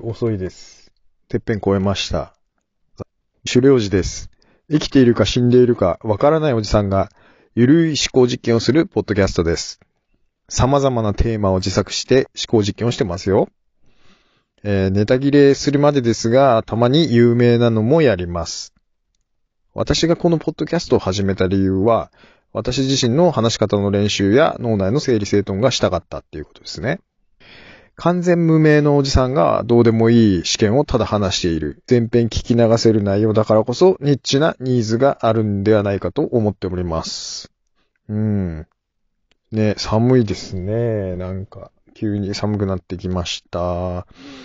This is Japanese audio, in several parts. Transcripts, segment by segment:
遅いです。てっぺん越えました。狩猟時です。生きているか死んでいるかわからないおじさんがゆるい思考実験をするポッドキャストです。様々なテーマを自作して思考実験をしてますよ。ネタ切れするまでですが、たまに有名なのもやります。私がこのポッドキャストを始めた理由は、私自身の話し方の練習や脳内の整理整頓がしたかったっていうことですね。完全無名のおじさんがどうでもいい試験をただ話している。全編聞き流せる内容だからこそニッチなニーズがあるんではないかと思っております。ね、寒いですね。なんか、急に寒くなってきました。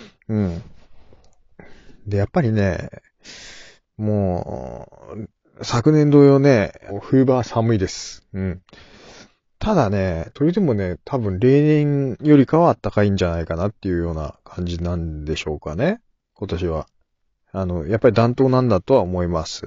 で、やっぱりね、もう、昨年同様ね、冬場は寒いです。ただね、それでもね、多分例年よりかは暖かいんじゃないかなっていうような感じなんでしょうかね。今年は。やっぱり暖冬なんだとは思います。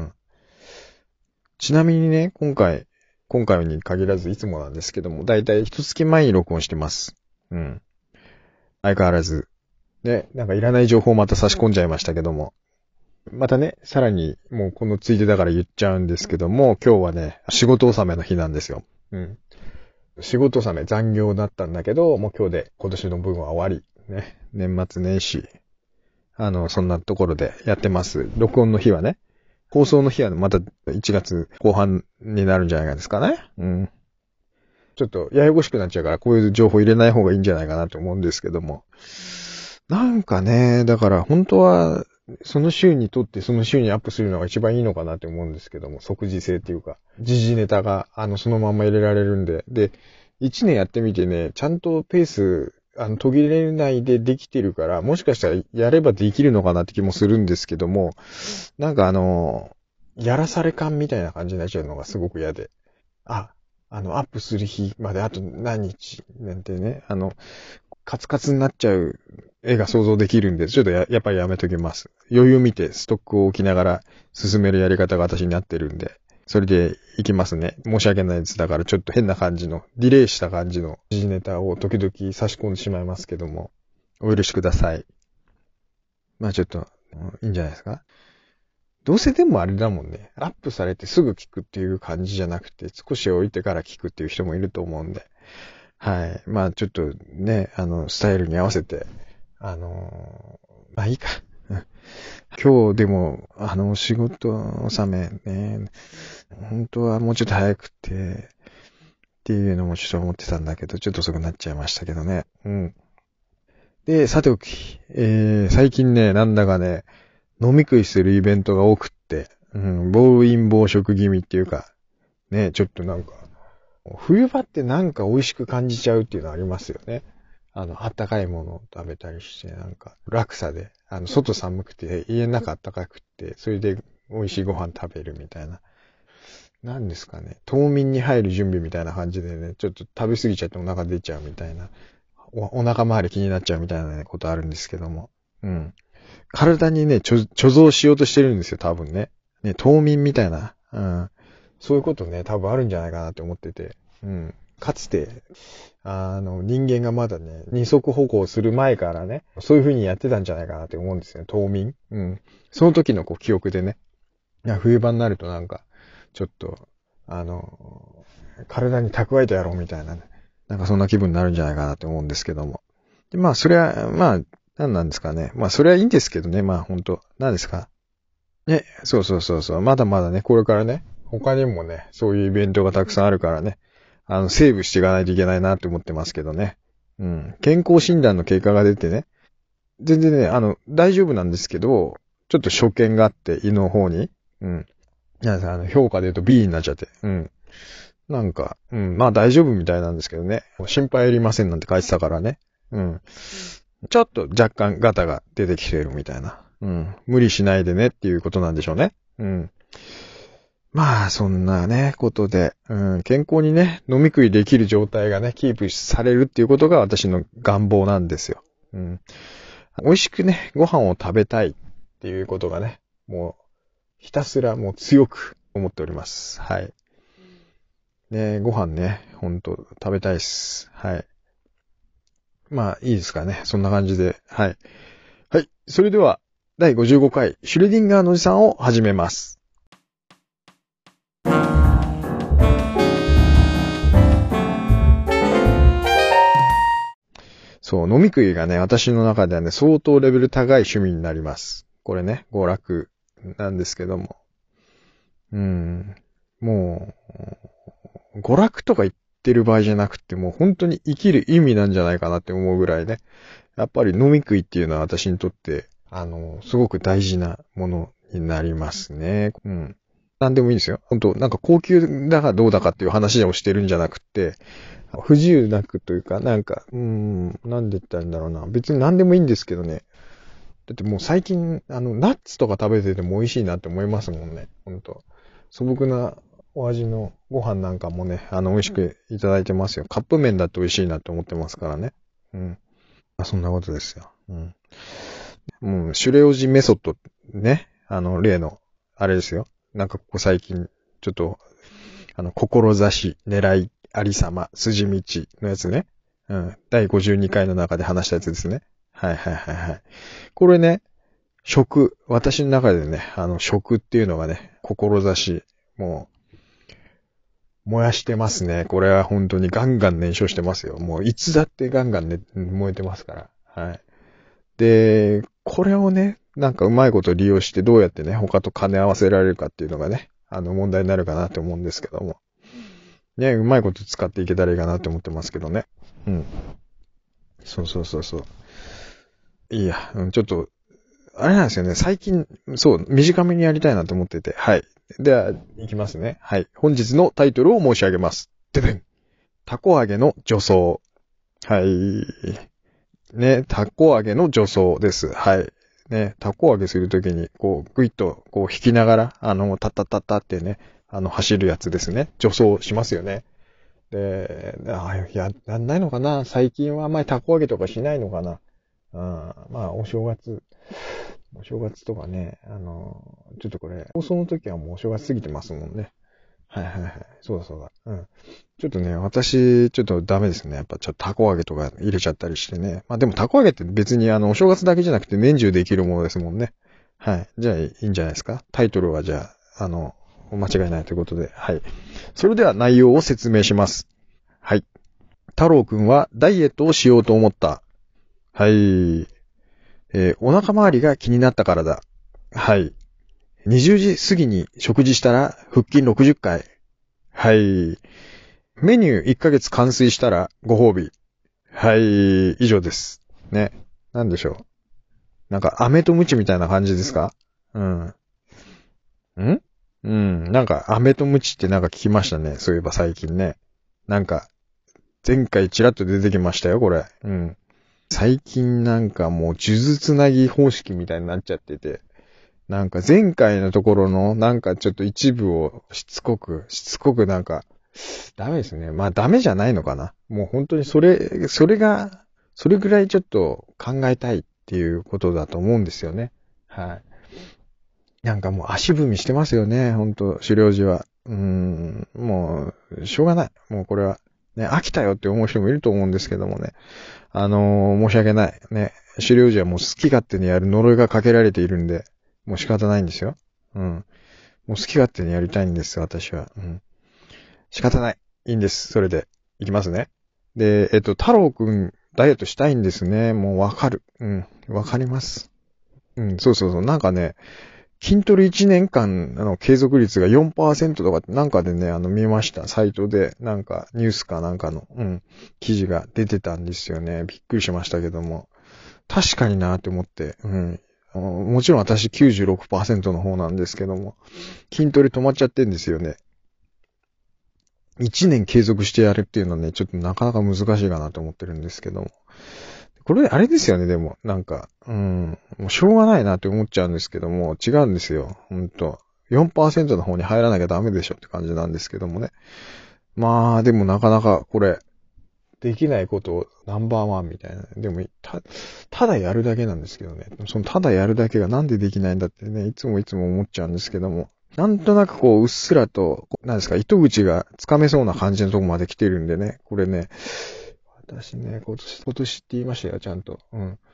ちなみにね、今回に限らずいつもなんですけども、だいたい一月前に録音してます。相変わらず。ね、なんかいらない情報をまた差し込んじゃいましたけども。またね、さらにもうこのついでだから言っちゃうんですけども、今日はね、仕事納めの日なんですよ。仕事納め残業だったんだけど、もう今日で今年の分は終わり。ね。年末年始。そんなところでやってます。録音の日はね。放送の日はまた1月後半になるんじゃないですかね。ちょっとややこしくなっちゃうからこういう情報入れない方がいいんじゃないかなと思うんですけども。なんかね、だから本当はその週にとってその週にアップするのが一番いいのかなって思うんですけども、即時性っていうか、時事ネタがそのまま入れられるんで。で、1年やってみてね、ちゃんとペース、途切れないでできてるから、もしかしたらやればできるのかなって気もするんですけども、なんかやらされ感みたいな感じになっちゃうのがすごく嫌で。アップする日まであと何日なんてね、カツカツになっちゃう絵が想像できるんで、ちょっとやっぱりやめときます。余裕見てストックを置きながら進めるやり方が私になってるんで、それでいきますね。申し訳ないです。だからちょっと変な感じの、ディレイした感じの時事ネタを時々差し込んでしまいますけども、お許しください。まあちょっと、いいんじゃないですか。どうせでもあれだもんね。アップされてすぐ聞くっていう感じじゃなくて、少し置いてから聞くっていう人もいると思うんで。はい。まあちょっとね、スタイルに合わせて、まあいいか。今日でも、仕事納めね、本当はもうちょっと早くっていうのもちょっと思ってたんだけど、ちょっと遅くなっちゃいましたけどね。で、さておき、最近ね、なんだかね、飲み食いするイベントが多くって、暴飲暴食気味っていうか、ね、ちょっとなんか、冬場ってなんか美味しく感じちゃうっていうのありますよね。あったかいものを食べたりして、なんか、落差で、外寒くて、家の中暖かくって、それで美味しいご飯食べるみたいな。なんですかね。冬眠に入る準備みたいな感じでね、ちょっと食べ過ぎちゃってお腹出ちゃうみたいな。お腹周り気になっちゃうみたいな、ね、ことあるんですけども。体にね、貯蔵しようとしてるんですよ、多分ね。ね、冬眠みたいな。そういうことね、多分あるんじゃないかなって思ってて。かつて、人間がまだね、二足歩行する前からね、そういう風にやってたんじゃないかなって思うんですよ、冬眠。その時の記憶でね。冬場になるとなんか、ちょっと、体に蓄えてやろうみたいなね。なんかそんな気分になるんじゃないかなって思うんですけども。で、まあ、それは、まあ、何なんですかね。まあ、それはいいんですけどね。まあ、本当何ですか。ね、そうそうそうそう。まだまだね、これからね、他にもね、そういうイベントがたくさんあるからね、セーブしていかないといけないなって思ってますけどね。健康診断の結果が出てね、全然ね、大丈夫なんですけど、ちょっと所見があって、胃の方に。評価で言うと B になっちゃって。なんか、まあ大丈夫みたいなんですけどね。心配いりませんなんて書いてたからね。ちょっと若干ガタが出てきてるみたいな。無理しないでねっていうことなんでしょうね。まあ、そんなね、ことで、健康にね、飲み食いできる状態がね、キープされるっていうことが私の願望なんですよ。美味しくね、ご飯を食べたいっていうことがね、もう、ひたすらもう強く思っております。はい。ね、ご飯ね、ほんと食べたいっす。はい。まあ、いいですかね。そんな感じで。はい。 はい。それでは、第55回、シュレディンガーのおじさんを始めます。そう、飲み食いがね、私の中ではね、相当レベル高い趣味になります。これね、娯楽なんですけども。もう、娯楽とか言ってる場合じゃなくて、もう本当に生きる意味なんじゃないかなって思うぐらいね。やっぱり飲み食いっていうのは私にとって、すごく大事なものになりますね。なんでもいいんですよ。本当なんか高級だかどうだかっていう話をしてるんじゃなくて、不自由なくというか、なんか、なんで言ったらいいんだろうな。別に何でもいいんですけどね。だってもう最近、ナッツとか食べてても美味しいなって思いますもんね。本当素朴なお味のご飯なんかもね、美味しくいただいてますよ。カップ麺だって美味しいなって思ってますからね。そんなことですよ。もう、シュレオジメソッド、ね。例の、あれですよ。なんかここ最近、ちょっと、志、狙い、ありさま、筋道のやつね。第52回の中で話したやつですね。はいはいはいはい。これね、私の中でね、食っていうのがね、志、もう、燃やしてますね。これは本当にガンガン燃焼してますよ。もう、いつだってガンガンね、燃えてますから。はい。で、これをね、なんかうまいこと利用してどうやってね、他と兼ね合わせられるかっていうのがね、問題になるかなって思うんですけども。ね、うまいこと使っていけたらいいかなって思ってますけどね。そうそうそうそう。いいや、ちょっと、あれなんですよね。最近、そう、短めにやりたいなと思ってて。はい。では、いきますね。はい。本日のタイトルを申し上げます。ででん。タコ揚げの女装。はい。ね、タコ揚げの女装です。はい。ね、タコ揚げするときに、こう、ぐいっと、こう、引きながら、タッタッタッタってね、走るやつですね。女装しますよね。で、なんないのかな最近はあんまりタコ揚げとかしないのかなまあ、お正月とかね、ちょっとこれ、放送の時はもうお正月過ぎてますもんね。はいはいはい。そうだそうだ。ちょっとね、私、ちょっとダメですね。やっぱちょっとタコ揚げとか入れちゃったりしてね。まあでもタコ揚げって別にお正月だけじゃなくて年中できるものですもんね。はい。じゃあいいんじゃないですか。タイトルはじゃあ、間違いないということで。はい。それでは内容を説明します。はい。太郎くんはダイエットをしようと思った。はい。お腹周りが気になったからだ。はい。20時過ぎに食事したら腹筋60回。はい。メニュー1ヶ月完遂したらご褒美。はい。以上です。ね。なんでしょう。なんか、飴とムチみたいな感じですか？うん。んなんか、飴とムチってなんか聞きましたね。そういえば最近ね。なんか、前回チラッと出てきましたよ、これ。最近なんかもう、数珠つなぎ方式みたいになっちゃってて。なんか前回のところの、なんかちょっと一部をしつこくなんか、ダメですね。まあダメじゃないのかな。もう本当にそれぐらいちょっと考えたいっていうことだと思うんですよね。はい。なんかもう足踏みしてますよね。本当狩猟時は。もう、しょうがない。もうこれは、ね、飽きたよって思う人もいると思うんですけどもね。申し訳ない。ね。狩猟時はもう好き勝手にやる呪いがかけられているんで、もう仕方ないんですよ。もう好き勝手にやりたいんです、私は。仕方ない。いいんです。それで。いきますね。で、太郎くん、ダイエットしたいんですね。もうわかる。わかります。そうそうそう。なんかね、筋トレ1年間、継続率が 4% とかってなんかでね、見ました。サイトで、なんか、ニュースかなんかの、記事が出てたんですよね。びっくりしましたけども。確かになって思って、もちろん私96% の方なんですけども、筋トレ止まっちゃってんですよね。1年継続してやるっていうのはね、ちょっとなかなか難しいかなと思ってるんですけども。これ、あれですよね、でも。なんか、もうしょうがないなって思っちゃうんですけども、違うんですよ。ほんと。4% の方に入らなきゃダメでしょって感じなんですけどもね。まあ、でもなかなかこれ、できないことをナンバーワンみたいな。でも、ただやるだけなんですけどね。そのただやるだけがなんでできないんだってね、いつも思っちゃうんですけども。なんとなくこう、うっすらと、なんですか、糸口がつかめそうな感じのとこまで来てるんでね。これね、私ね、今年って言いましたよ、ちゃんと。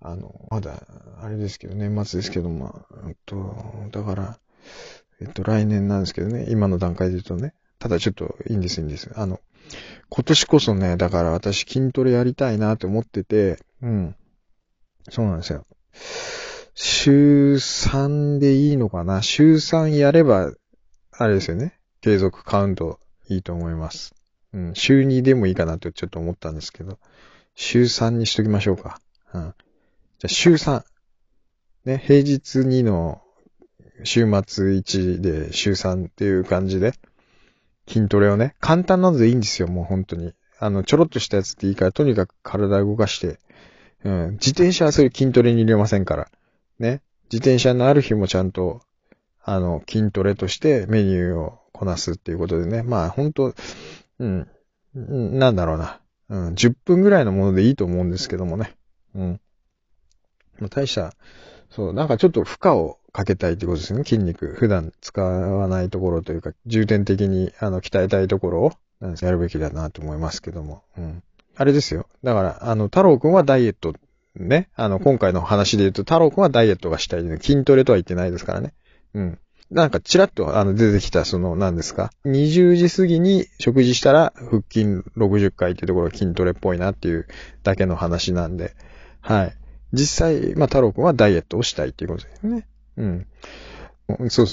まだ、あれですけど、年末ですけど、だから、来年なんですけどね、今の段階で言うとね、ただちょっといいんです。今年こそね、だから私筋トレやりたいなと思ってて、そうなんですよ。週3でいいのかな？週3やれば、あれですよね。継続カウントいいと思います。週2でもいいかなとちょっと思ったんですけど、週3にしときましょうか。じゃあ週3。ね、平日2の週末1で週3っていう感じで、筋トレをね、簡単なのでいいんですよ、もう本当に。ちょろっとしたやつっていいから、とにかく体動かして、自転車はそういう筋トレに入れませんから。ね。自転車のある日もちゃんと、筋トレとしてメニューをこなすっていうことでね。まあ、本当なんだろうな。10分ぐらいのものでいいと思うんですけどもね。大した、そう、なんかちょっと負荷をかけたいってことですね。筋肉。普段使わないところというか、重点的に、鍛えたいところを、やるべきだなと思いますけども。あれですよ。だから、太郎くんはダイエット、ね。今回の話で言うと、太郎くんはダイエットがしたい。筋トレとは言ってないですからね。なんか、ちらっと、出てきた、何ですか。20時過ぎに食事したら、腹筋60回っていうところが筋トレっぽいなっていうだけの話なんで、はい。実際、太郎くんはダイエットをしたいっていうことですね。そう。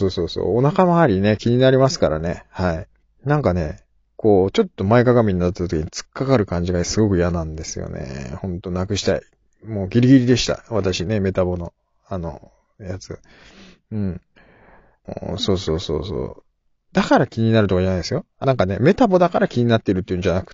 お腹周りね、気になりますからね。はい。なんかね、こう、ちょっと前かがみになった時に突っかかる感じがすごく嫌なんですよね。ほんとなくしたい。もうギリギリでした。私ね、メタボの、やつ。そう。だから気になるとかじゃないですよ。なんかね、メタボだから気になってるっていうんじゃなくって、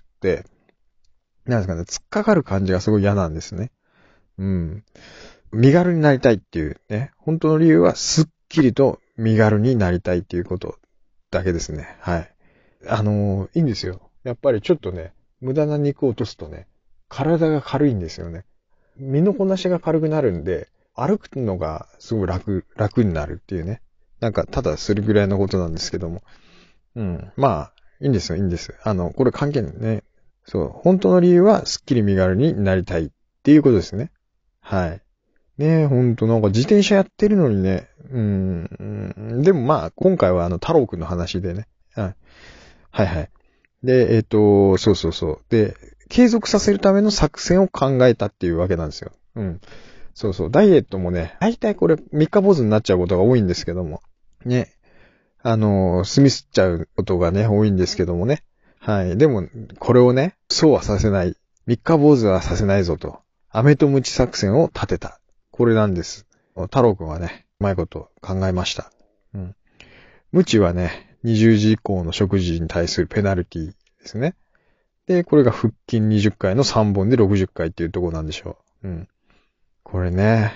なんですかね、突っかかる感じがすごい嫌なんですね。身軽になりたいっていうね、本当の理由はすっきりと身軽になりたいっていうことだけですね。はい。いいんですよ。やっぱりちょっとね、無駄な肉を落とすとね、体が軽いんですよね。身のこなしが軽くなるんで、歩くのがすごい楽になるっていうね。なんか、ただそれぐらいのことなんですけども。まあ、いいんですよ。これ関係ないね。そう。本当の理由は、すっきり身軽になりたいっていうことですね。はい。ねえ、ほんとなんか自転車やってるのにね。でもまあ、今回は太郎くんの話でね。はい。で、そう。で、継続させるための作戦を考えたっていうわけなんですよ。そう。ダイエットもね、大体これ三日坊主になっちゃうことが多いんですけども。ね。済みすっちゃうことがね、多いんですけどもね。はい。でも、これをね、そうはさせない。三日坊主はさせないぞと。飴とムチ作戦を立てた。これなんです。太郎くんはね、うまいこと考えました。ムチはね、20時以降の食事に対するペナルティですね。で、これが腹筋20回の3本で60回っていうところなんでしょう。これね、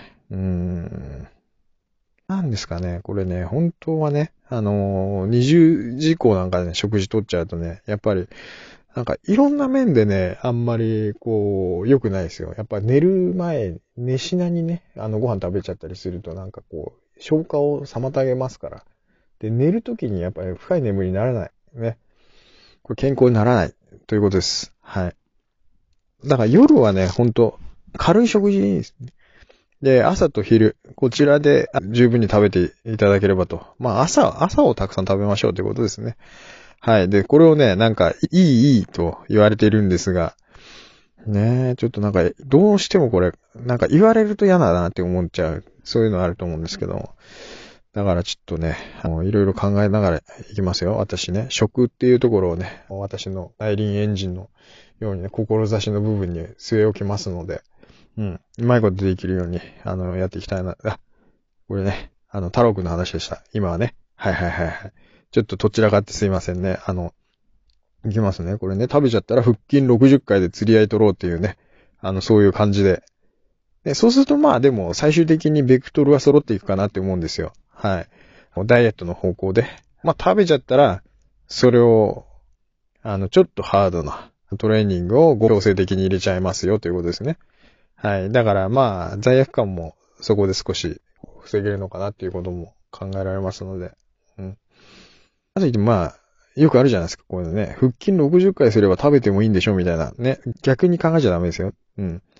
なんですかね、これね、本当はね、20時以降なんかね、食事取っちゃうとね、やっぱり、なんかいろんな面でね、あんまり良くないですよ。やっぱ寝る前、寝しなにね、ご飯食べちゃったりするとなんか消化を妨げますから。で、寝るときにやっぱり深い眠りにならない。ね。これ健康にならない。ということです。はい。だから夜はね、ほんと、軽い食事でいいですね。で、朝と昼、こちらで十分に食べていただければと。まあ朝をたくさん食べましょうということですね。はい。で、これをね、なんか、いいと言われているんですが、ねえ、ちょっとなんか、どうしてもこれ、なんか言われると嫌だなって思っちゃう。そういうのあると思うんですけど。だからちょっとね、いろいろ考えながらいきますよ。私ね、食っていうところをね、私の内輪エンジンのようにね、志の部分に据え置きますので、うまいことできるように、やっていきたいな。これね、太郎くんの話でした。今はね。はい。ちょっとどちらかってすいませんね。いきますね。これね、食べちゃったら腹筋60回で釣り合い取ろうっていうね。そういう感じで。で、そうするとまあでも最終的にベクトルは揃っていくかなって思うんですよ。はい。ダイエットの方向で。まあ食べちゃったら、それを、ちょっとハードなトレーニングを強制的に入れちゃいますよということですね。はい。だからまあ、罪悪感もそこで少し防げるのかなっていうことも考えられますので。あと言ってまあ、よくあるじゃないですか、こういうのね。腹筋60回すれば食べてもいいんでしょみたいな。ね。逆に考えちゃダメですよ。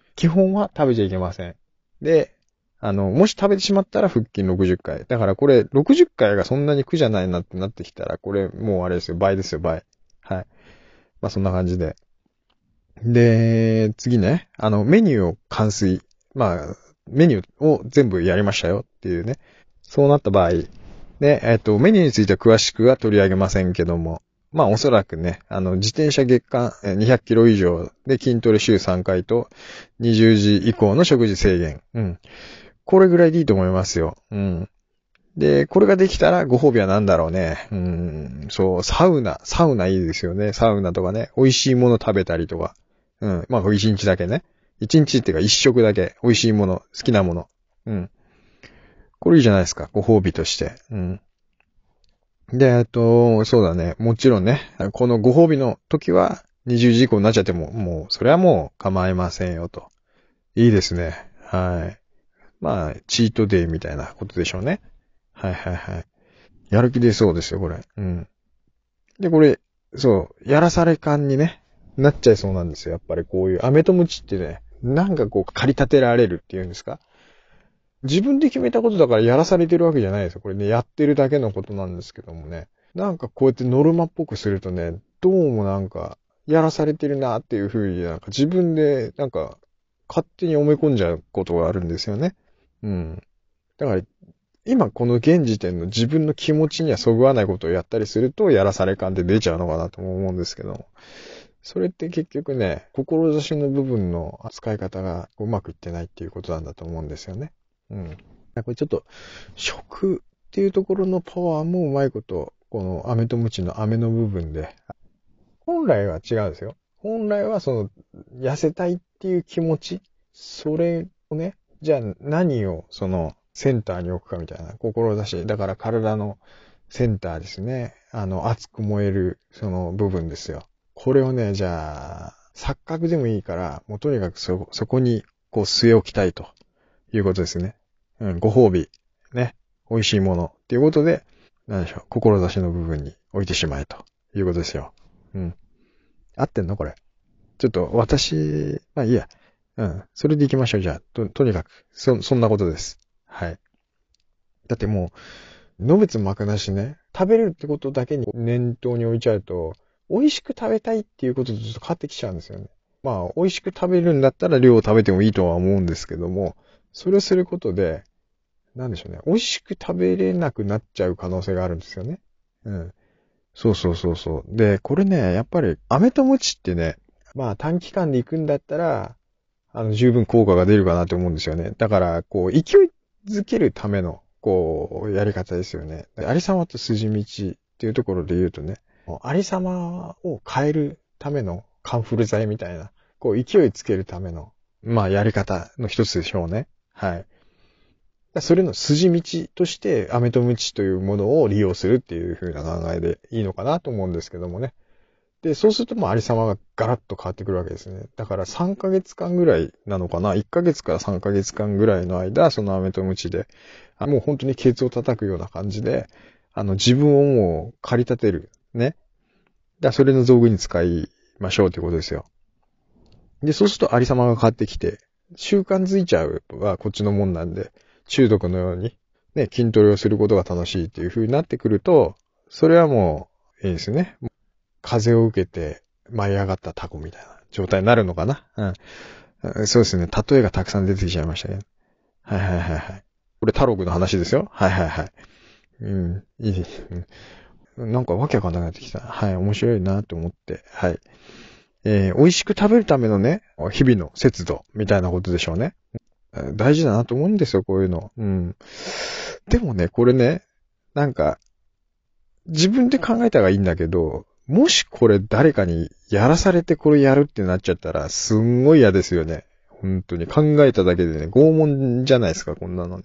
基本は食べちゃいけません。で、もし食べてしまったら腹筋60回。だからこれ、60回がそんなに苦じゃないなってなってきたら、これもうあれですよ、倍ですよ、倍。はい。まあそんな感じで。で、次ね、メニューを完遂。まあ、メニューを全部やりましたよっていうね。そうなった場合、で、メニューについては詳しくは取り上げませんけども、まあおそらくね、自転車月間200キロ以上で筋トレ週3回と20時以降の食事制限。うん。これぐらいでいいと思いますよ。うん。で、これができたらご褒美は何だろうね。そう、サウナいいですよね。サウナとかね、美味しいもの食べたりとか。うん。まあ、一日だけね。一日っていうか一食だけ。美味しいもの、好きなもの。うん。これいいじゃないですか。ご褒美として。うん。で、そうだね。もちろんね、このご褒美の時は20時以降になっちゃっても、もう、それはもう構いませんよと。いいですね。はい。まあ、チートデイみたいなことでしょうね。はいはいはい。やる気出そうですよ、これ。うん。で、これ、そう、やらされ感にね、なっちゃいそうなんですよ。やっぱりこういう飴とムチってね、なんかこう、駆り立てられるっていうんですか。自分で決めたことだからやらされてるわけじゃないですよ。これね、やってるだけのことなんですけどもね。なんかこうやってノルマっぽくするとね、どうもなんか、やらされてるなっていうふうになんか自分でなんか勝手に思い込んじゃうことがあるんですよね。うん。だから今この現時点の自分の気持ちにはそぐわないことをやったりするとやらされ感って出ちゃうのかなとも思うんですけど、それって結局ね、志の部分の扱い方がうまくいってないっていうことなんだと思うんですよね。うん。これちょっと、食っていうところのパワーもうまいこと、この飴とムチの飴の部分で、本来は違うんですよ。本来は痩せたいっていう気持ち、それをね、じゃあ何をセンターに置くかみたいな志。だから体のセンターですね。熱く燃える、その部分ですよ。これをね、じゃあ、錯覚でもいいから、もうとにかくそこに、こう据え置きたいということですね。うん、ご褒美。ね。美味しいもの。っていうことで、なんでしょう。志の部分に置いてしまえということですよ。うん。合ってんのこれ。ちょっと私、まあいいや。うん。それで行きましょう。じゃあ、とにかく、そんなことです。はい。だってもう、のべつ幕なしね、食べるってことだけに念頭に置いちゃうと、美味しく食べたいっていうこととちょっと変わってきちゃうんですよね。まあ、美味しく食べるんだったら量を食べてもいいとは思うんですけども、それをすることで、なんでしょうね。美味しく食べれなくなっちゃう可能性があるんですよね。うん。そうそうそうそう。で、これね、やっぱり、飴とムチってね、まあ短期間で行くんだったら、十分効果が出るかなと思うんですよね。だから、こう、勢いづけるための、こう、やり方ですよね。ありさまと筋道っていうところで言うとね、ありさまを変えるためのカンフル剤みたいな、こう、勢いつけるための、まあ、やり方の一つでしょうね。はい。それの筋道として、アメとムチというものを利用するっていう風な考えでいいのかなと思うんですけどもね。で、そうするともうありさまがガラッと変わってくるわけですね。だから3ヶ月間ぐらいなのかな？ 1 ヶ月から3ヶ月間ぐらいの間、そのアメとムチで、もう本当にケツを叩くような感じで、自分をもう駆り立てる。ね。それの道具に使いましょうということですよ。で、そうするとありさまが変わってきて、習慣づいちゃうはこっちのもんなんで、中毒のように、ね、筋トレをすることが楽しいっていう風になってくると、それはもう、いいですね。風を受けて舞い上がったタコみたいな状態になるのかな。うん。そうですね。例えがたくさん出てきちゃいましたね。はいはいはいはい。これ、タログの話ですよ。はいはいはい。うん。いい。うん、なんかわけわかんなくなってきた。はい。面白いなと思って。はい。美味しく食べるためのね、日々の節度みたいなことでしょうね。大事だなと思うんですよ、こういうの。うん。でもね、これね、なんか、自分で考えた方がいいんだけど、もしこれ誰かにやらされてこれやるってなっちゃったら、すんごい嫌ですよね。本当に考えただけでね、拷問じゃないですか、こんなのね。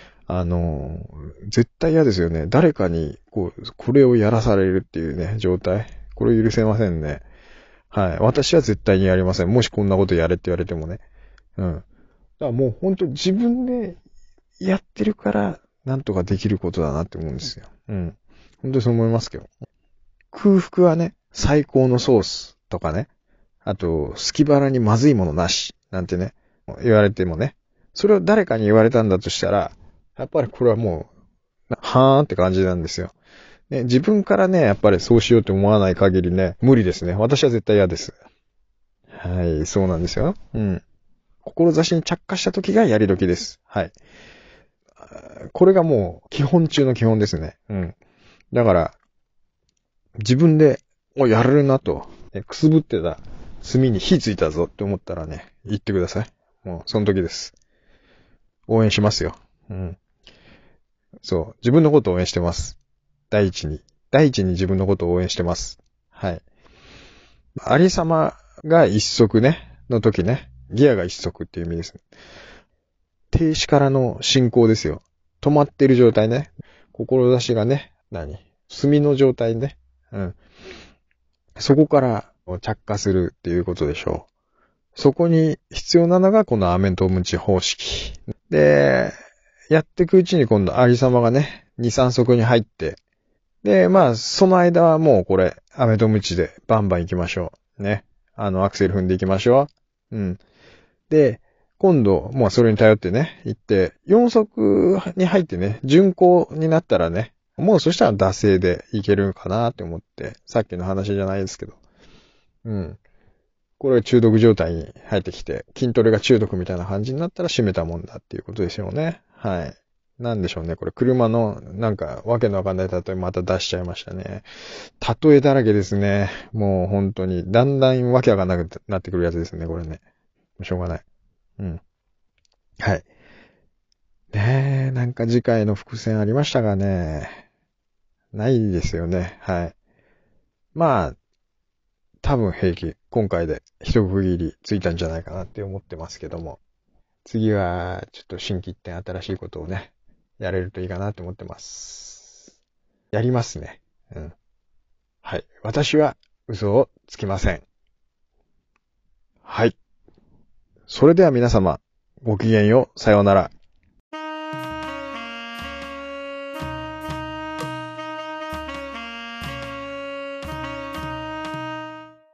絶対嫌ですよね。誰かに、これをやらされるっていうね、状態。これ許せませんね。はい。私は絶対にやりません。もしこんなことやれって言われてもね。うん。だからもう本当自分でやってるから、なんとかできることだなって思うんですよ。うん。本当にそう思いますけど。空腹はね、最高のソースとかね。あと、隙腹にまずいものなし。なんてね。 言われてもね、それを誰かに言われたんだとしたら、やっぱりこれはもう、はーんって感じなんですよ。ね、自分からね、やっぱりそうしようと思わない限りね、無理ですね。私は絶対嫌です。はい、そうなんですよ。うん。志に着火した時がやり時です。はい。これがもう基本中の基本ですね。うん。だから、自分で、やれるなと、くすぶってた炭に火ついたぞって思ったらね、言ってください。もう、その時です。応援しますよ。うん。そう。自分のことを応援してます。第一に。第一に自分のことを応援してます。はい。ありさまが一足ね、の時ね、ギアが一足っていう意味です。停止からの進行ですよ。止まってる状態ね。志がね、炭の状態ね。うん。そこから着火するっていうことでしょう。そこに必要なのがこのアメとムチ方式。で、やっていくうちに今度ありさまがね、2、3足に入って、で、その間はもうこれ、アメとムチでバンバン行きましょう。ね。アクセル踏んでいきましょう。うん。で、今度、もうそれに頼ってね、行って、4足に入ってね、巡航になったらね、もうそしたら惰性でいけるかなって思って、さっきの話じゃないですけど。うん。これ中毒状態に入ってきて、筋トレが中毒みたいな感じになったら閉めたもんだっていうことですよね。はい。なんでしょうね。これ車のわけのわかんない例えまた出しちゃいましたね。例えだらけですね。もう本当に、だんだんわけわかんなくなってくるやつですね、これね。しょうがない。うん。はい。ねえ、次回の伏線ありましたがね。ないですよね。はい。まあ、多分平気。今回で一区切りついたんじゃないかなって思ってますけども。次は、ちょっと新規一点新しいことをね、やれるといいかなって思ってます。やりますね。うん。はい。私は嘘をつきません。はい。それでは皆様、ごきげんよう。さようなら。